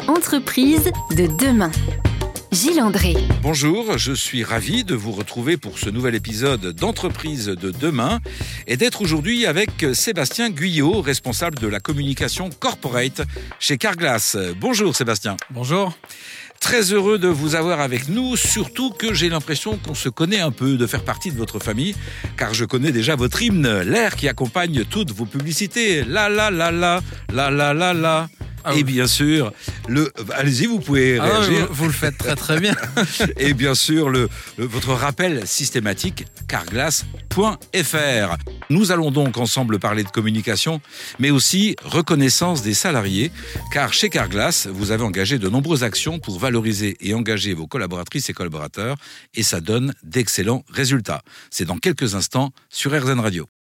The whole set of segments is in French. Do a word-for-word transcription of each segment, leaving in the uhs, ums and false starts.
Entreprise de demain. Gilles André. Bonjour, je suis ravi de vous retrouver pour ce nouvel épisode d'Entreprise de demain et d'être aujourd'hui avec Sébastien Guyot, responsable de la communication corporate chez Carglass. Bonjour Sébastien. Bonjour. Très heureux de vous avoir avec nous, surtout que j'ai l'impression qu'on se connaît un peu, de faire partie de votre famille, car je connais déjà votre hymne, l'air qui accompagne toutes vos publicités. La la la la, la la la la. Ah oui. Et bien sûr, le... allez-y, vous pouvez ah réagir. Ouais, vous, vous le faites très très bien. Et bien sûr, le, le, votre rappel systématique, carglass point f r. Nous allons donc ensemble parler de communication, mais aussi reconnaissance des salariés, car chez Carglass, vous avez engagé de nombreuses actions pour valoriser et engager vos collaboratrices et collaborateurs, et ça donne d'excellents résultats. C'est dans quelques instants sur R Z N Radio.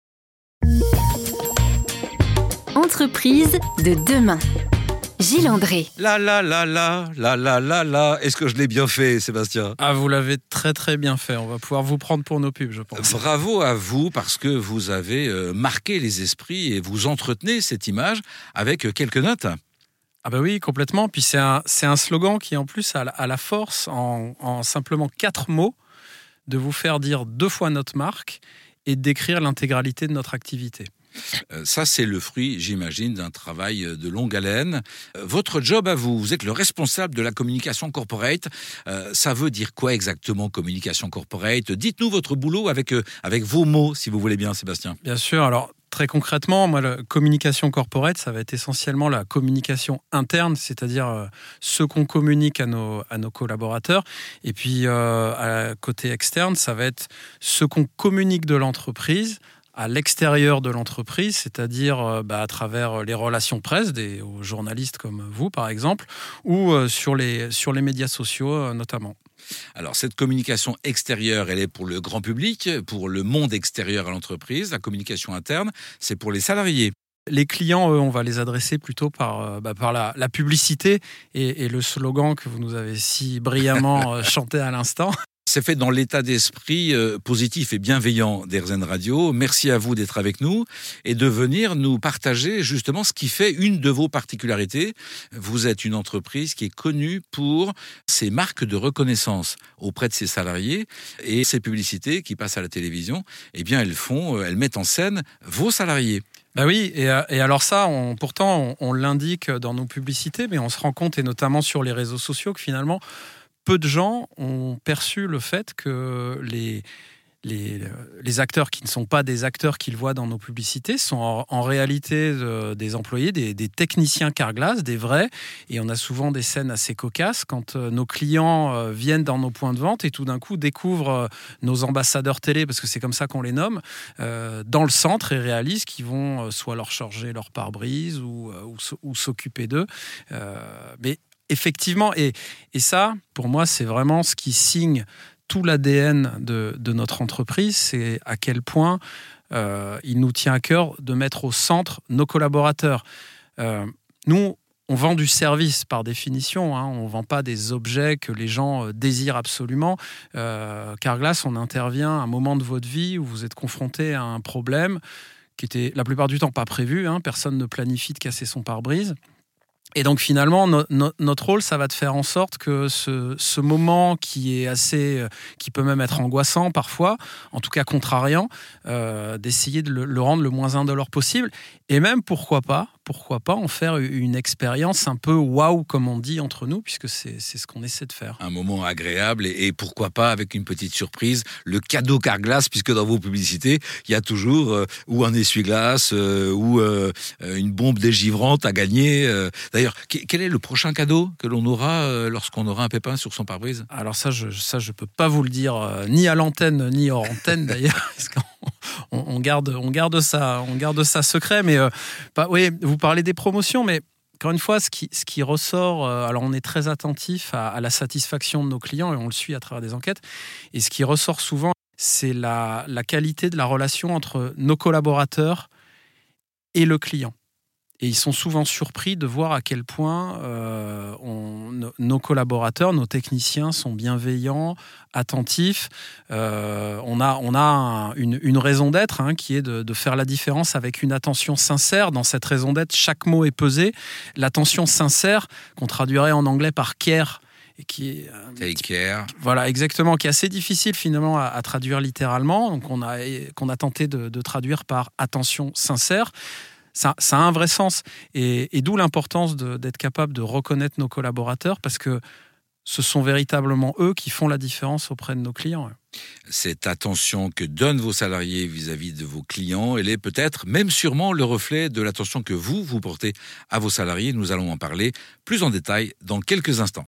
Entreprise de demain. Gilles André. La la la la, la la la la. Est-ce que je l'ai bien fait, Sébastien ? Ah, vous l'avez très très bien fait. On va pouvoir vous prendre pour nos pubs, je pense. Bravo à vous, parce que vous avez marqué les esprits et vous entretenez cette image avec quelques notes. Ah bah oui, complètement. Puis c'est un, c'est un slogan qui en plus a la, a la force, en, en simplement quatre mots, de vous faire dire deux fois notre marque et de décrire l'intégralité de notre activité. Ça, c'est le fruit, j'imagine, d'un travail de longue haleine. Votre job à vous, vous êtes le responsable de la communication corporate. Euh, ça veut dire quoi exactement, communication corporate ? Dites-nous votre boulot avec, avec vos mots, si vous voulez bien, Sébastien. Bien sûr. Alors, très concrètement, moi, la communication corporate, ça va être essentiellement la communication interne, c'est-à-dire euh, ce qu'on communique à nos, à nos collaborateurs. Et puis, euh, à côté externe, ça va être ce qu'on communique de l'entreprise à l'extérieur de l'entreprise, c'est-à-dire euh, bah, à travers les relations presse, des aux journalistes comme vous, par exemple, ou euh, sur, les, sur les médias sociaux, euh, notamment. Alors, cette communication extérieure, elle est pour le grand public, pour le monde extérieur à l'entreprise. La communication interne, c'est pour les salariés. Les clients, eux, on va les adresser plutôt par, bah, par la, la publicité et, et le slogan que vous nous avez si brillamment chanté à l'instant. C'est fait dans l'état d'esprit euh, positif et bienveillant d'R Z N Radio. Merci à vous d'être avec nous et de venir nous partager justement ce qui fait une de vos particularités. Vous êtes une entreprise qui est connue pour ses marques de reconnaissance auprès de ses salariés, et ces publicités qui passent à la télévision, eh bien elles font, elles mettent en scène vos salariés. Bah oui, et, et alors ça, on, pourtant, on, on l'indique dans nos publicités, mais on se rend compte, et notamment sur les réseaux sociaux, que finalement, peu de gens ont perçu le fait que les, les, les acteurs qui ne sont pas des acteurs qu'ils voient dans nos publicités sont en, en réalité de, des employés, des, des techniciens Carglass, des vrais. Et on a souvent des scènes assez cocasses quand nos clients viennent dans nos points de vente et tout d'un coup découvrent nos ambassadeurs télé, parce que c'est comme ça qu'on les nomme, euh, dans le centre, et réalisent qu'ils vont soit leur charger leur pare-brise ou, ou, ou s'occuper d'eux. Euh, mais effectivement, et, et ça, pour moi, c'est vraiment ce qui signe tout l'A D N de, de notre entreprise, c'est à quel point euh, il nous tient à cœur de mettre au centre nos collaborateurs. Euh, nous, on vend du service par définition, hein, on ne vend pas des objets que les gens désirent absolument. Euh, Carglass, on intervient à un moment de votre vie où vous êtes confronté à un problème qui était la plupart du temps pas prévu, hein, personne ne planifie de casser son pare-brise. Et donc finalement, no, no, notre rôle, ça va de faire en sorte que ce, ce moment qui est assez, qui peut même être angoissant parfois, en tout cas contrariant, euh, d'essayer de le, le rendre le moins indolore possible, et même pourquoi pas, pourquoi pas en faire une expérience un peu waouh, comme on dit entre nous, puisque c'est, c'est ce qu'on essaie de faire. Un moment agréable, et, et pourquoi pas avec une petite surprise, le cadeau Carglass, puisque dans vos publicités, il y a toujours euh, ou un essuie-glace euh, ou euh, une bombe dégivrante à gagner. Euh, d'ailleurs, quel est le prochain cadeau que l'on aura euh, lorsqu'on aura un pépin sur son pare-brise ? Alors ça, je ça je peux pas vous le dire, euh, ni à l'antenne ni hors antenne d'ailleurs, parce qu'on on, on garde on garde ça on garde ça secret. Mais euh, bah, oui, vous parlez des promotions, mais encore une fois, ce qui ce qui ressort, euh, alors on est très attentif à, à la satisfaction de nos clients et on le suit à travers des enquêtes. Et ce qui ressort souvent, c'est la la qualité de la relation entre nos collaborateurs et le client. Et ils sont souvent surpris de voir à quel point euh, on, no, nos collaborateurs, nos techniciens sont bienveillants, attentifs. Euh, on a, on a un, une, une raison d'être hein, qui est de, de faire la différence avec une attention sincère. Dans cette raison d'être, chaque mot est pesé. L'attention sincère, qu'on traduirait en anglais par care, et qui est Take care. Voilà, exactement, qui est assez difficile finalement à, à traduire littéralement. Donc on a, qu'on a tenté de, de traduire par attention sincère. Ça, ça a un vrai sens. Et, et d'où l'importance de, d'être capable de reconnaître nos collaborateurs parce que ce sont véritablement eux qui font la différence auprès de nos clients. Cette attention que donnent vos salariés vis-à-vis de vos clients, elle est peut-être, même sûrement, le reflet de l'attention que vous, vous portez à vos salariés. Nous allons en parler plus en détail dans quelques instants.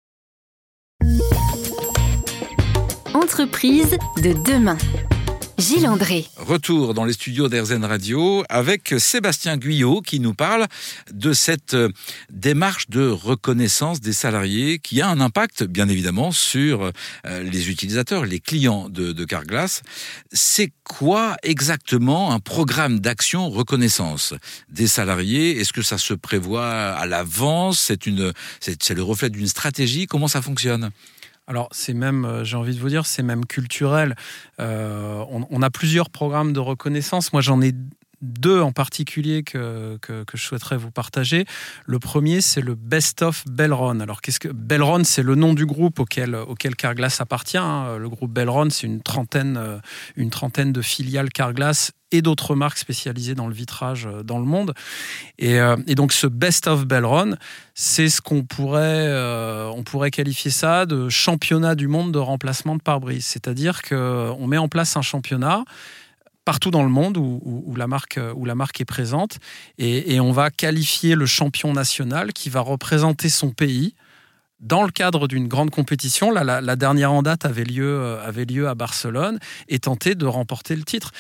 Entreprise de demain. Gilles André. Retour dans les studios d'Airzen Radio avec Sébastien Guyot qui nous parle de cette démarche de reconnaissance des salariés qui a un impact, bien évidemment, sur les utilisateurs, les clients de, de Carglass. C'est quoi exactement un programme d'action reconnaissance des salariés? Est-ce que ça se prévoit à l'avance? C'est une, c'est, c'est le reflet d'une stratégie? Comment ça fonctionne? Alors, c'est même, j'ai envie de vous dire, c'est même culturel. Euh, on, on a plusieurs programmes de reconnaissance. Moi, j'en ai deux en particulier que, que, que je souhaiterais vous partager. Le premier, c'est le Best of Belron. Alors, qu'est-ce que Belron? C'est le nom du groupe auquel, auquel Carglass appartient. Hein. Le groupe Belron, c'est une trentaine, une trentaine de filiales Carglass et d'autres marques spécialisées dans le vitrage dans le monde. Et, euh, et donc, ce Best of Belron, c'est ce qu'on pourrait, euh, on pourrait qualifier ça de championnat du monde de remplacement de pare-brise. C'est-à-dire qu'on met en place un championnat partout dans le monde où, où, où, la marque, où la marque est présente et, et on va qualifier le champion national qui va représenter son pays dans le cadre d'une grande compétition. Là, la, la dernière en date avait lieu, avait lieu à Barcelone et tenter de remporter le titre.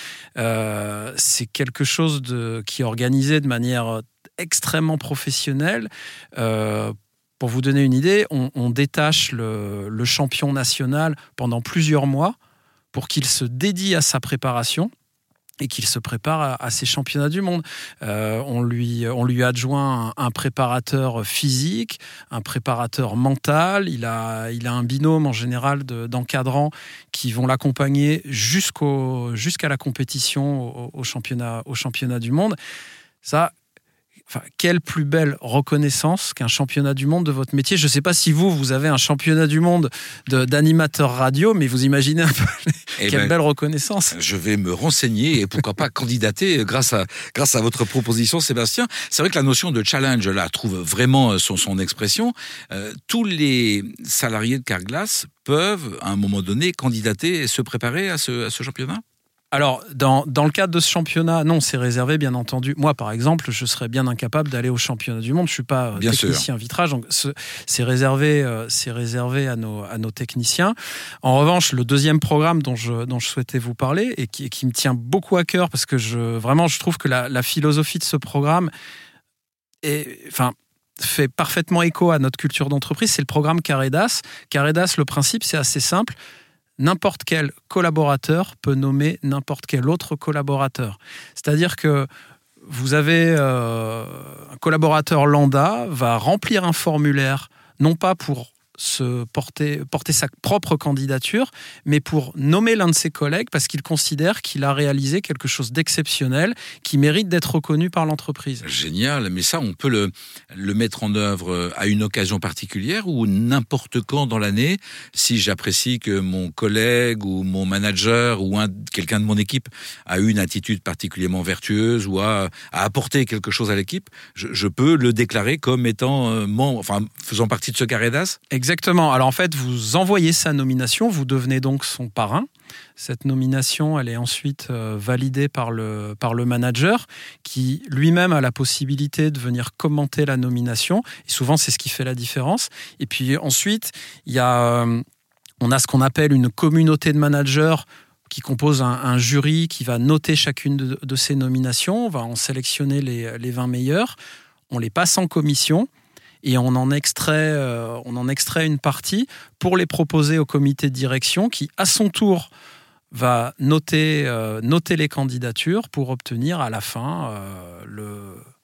Euh, c'est quelque chose de, qui est organisé de manière extrêmement professionnelle. Euh, pour vous donner une idée, on, on détache le, le champion national pendant plusieurs mois pour qu'il se dédie à sa préparation et qu'il se prépare à, à ces championnats du monde. Euh, on, lui, on lui adjoint un, un préparateur physique, un préparateur mental. Il a, il a un binôme en général de, d'encadrants qui vont l'accompagner jusqu'au, jusqu'à la compétition au, au, championnat, au championnat du monde. Ça, Enfin, quelle plus belle reconnaissance qu'un championnat du monde de votre métier. Je ne sais pas si vous, vous avez un championnat du monde de, d'animateur radio, mais vous imaginez un peu quelle ben, belle reconnaissance. Je vais me renseigner et pourquoi pas candidater grâce à, grâce à votre proposition, Sébastien. C'est vrai que la notion de challenge, là, trouve vraiment son, son expression. Euh, tous les salariés de Carglass peuvent, à un moment donné, candidater et se préparer à ce, à ce championnat? Alors, dans, dans le cadre de ce championnat, non, c'est réservé, bien entendu. Moi, par exemple, je serais bien incapable d'aller au championnat du monde. Je ne suis pas bien technicien sûr. Vitrage, donc c'est réservé, c'est réservé à nos, à nos techniciens. En revanche, le deuxième programme dont je, dont je souhaitais vous parler et qui, qui me tient beaucoup à cœur, parce que je, vraiment, je trouve que la, la philosophie de ce programme est... Enfin, fait parfaitement écho à notre culture d'entreprise, c'est le programme Caredas. Caredas, le principe, c'est assez simple. N'importe quel collaborateur peut nommer n'importe quel autre collaborateur. C'est-à-dire que vous avez euh, un collaborateur lambda va remplir un formulaire, non pas pour se porter, porter sa propre candidature, mais pour nommer l'un de ses collègues parce qu'il considère qu'il a réalisé quelque chose d'exceptionnel qui mérite d'être reconnu par l'entreprise. Génial, mais ça, on peut le, le mettre en œuvre à une occasion particulière ou n'importe quand dans l'année, si j'apprécie que mon collègue ou mon manager ou un, quelqu'un de mon équipe a eu une attitude particulièrement vertueuse ou a, a apporté quelque chose à l'équipe, je, je peux le déclarer comme étant euh, membre, enfin, faisant partie de ce Caredas ? Exactement. Alors en fait, vous envoyez sa nomination, vous devenez donc son parrain. Cette nomination, elle est ensuite euh, validée par le, par le manager qui lui-même a la possibilité de venir commenter la nomination. Et souvent, c'est ce qui fait la différence. Et puis ensuite, il y a, euh, on a ce qu'on appelle une communauté de managers qui compose un, un jury qui va noter chacune de, de ces nominations. On va en sélectionner les, les vingt meilleures. On les passe en commission. Et on en, extrait, euh, on en extrait une partie pour les proposer au comité de direction qui, à son tour, va noter, euh, noter les candidatures pour obtenir à la fin euh, le,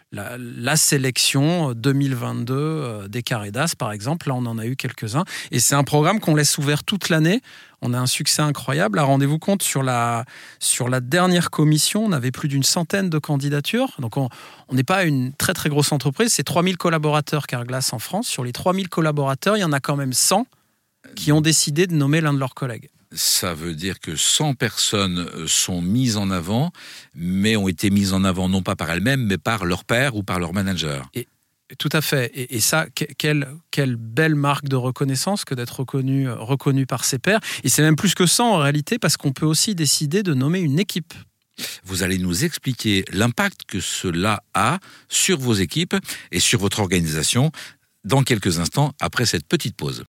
la, la sélection deux mille vingt-deux euh, des Caredas, par exemple. Là, on en a eu quelques-uns. Et c'est un programme qu'on laisse ouvert toute l'année. On a un succès incroyable. Alors, rendez-vous compte, sur la, sur la dernière commission, on avait plus d'une centaine de candidatures. Donc, on n'est pas une très, très grosse entreprise. C'est trois mille collaborateurs Carglass en France. Sur les trois mille collaborateurs, il y en a quand même cent qui ont décidé de nommer l'un de leurs collègues. Ça veut dire que cent personnes sont mises en avant, mais ont été mises en avant non pas par elles-mêmes, mais par leur père ou par leur manager. Et, tout à fait. Et, et ça, quelle, quelle belle marque de reconnaissance que d'être reconnu, reconnu par ses pairs. Et c'est même plus que ça en réalité, parce qu'on peut aussi décider de nommer une équipe. Vous allez nous expliquer l'impact que cela a sur vos équipes et sur votre organisation dans quelques instants après cette petite pause.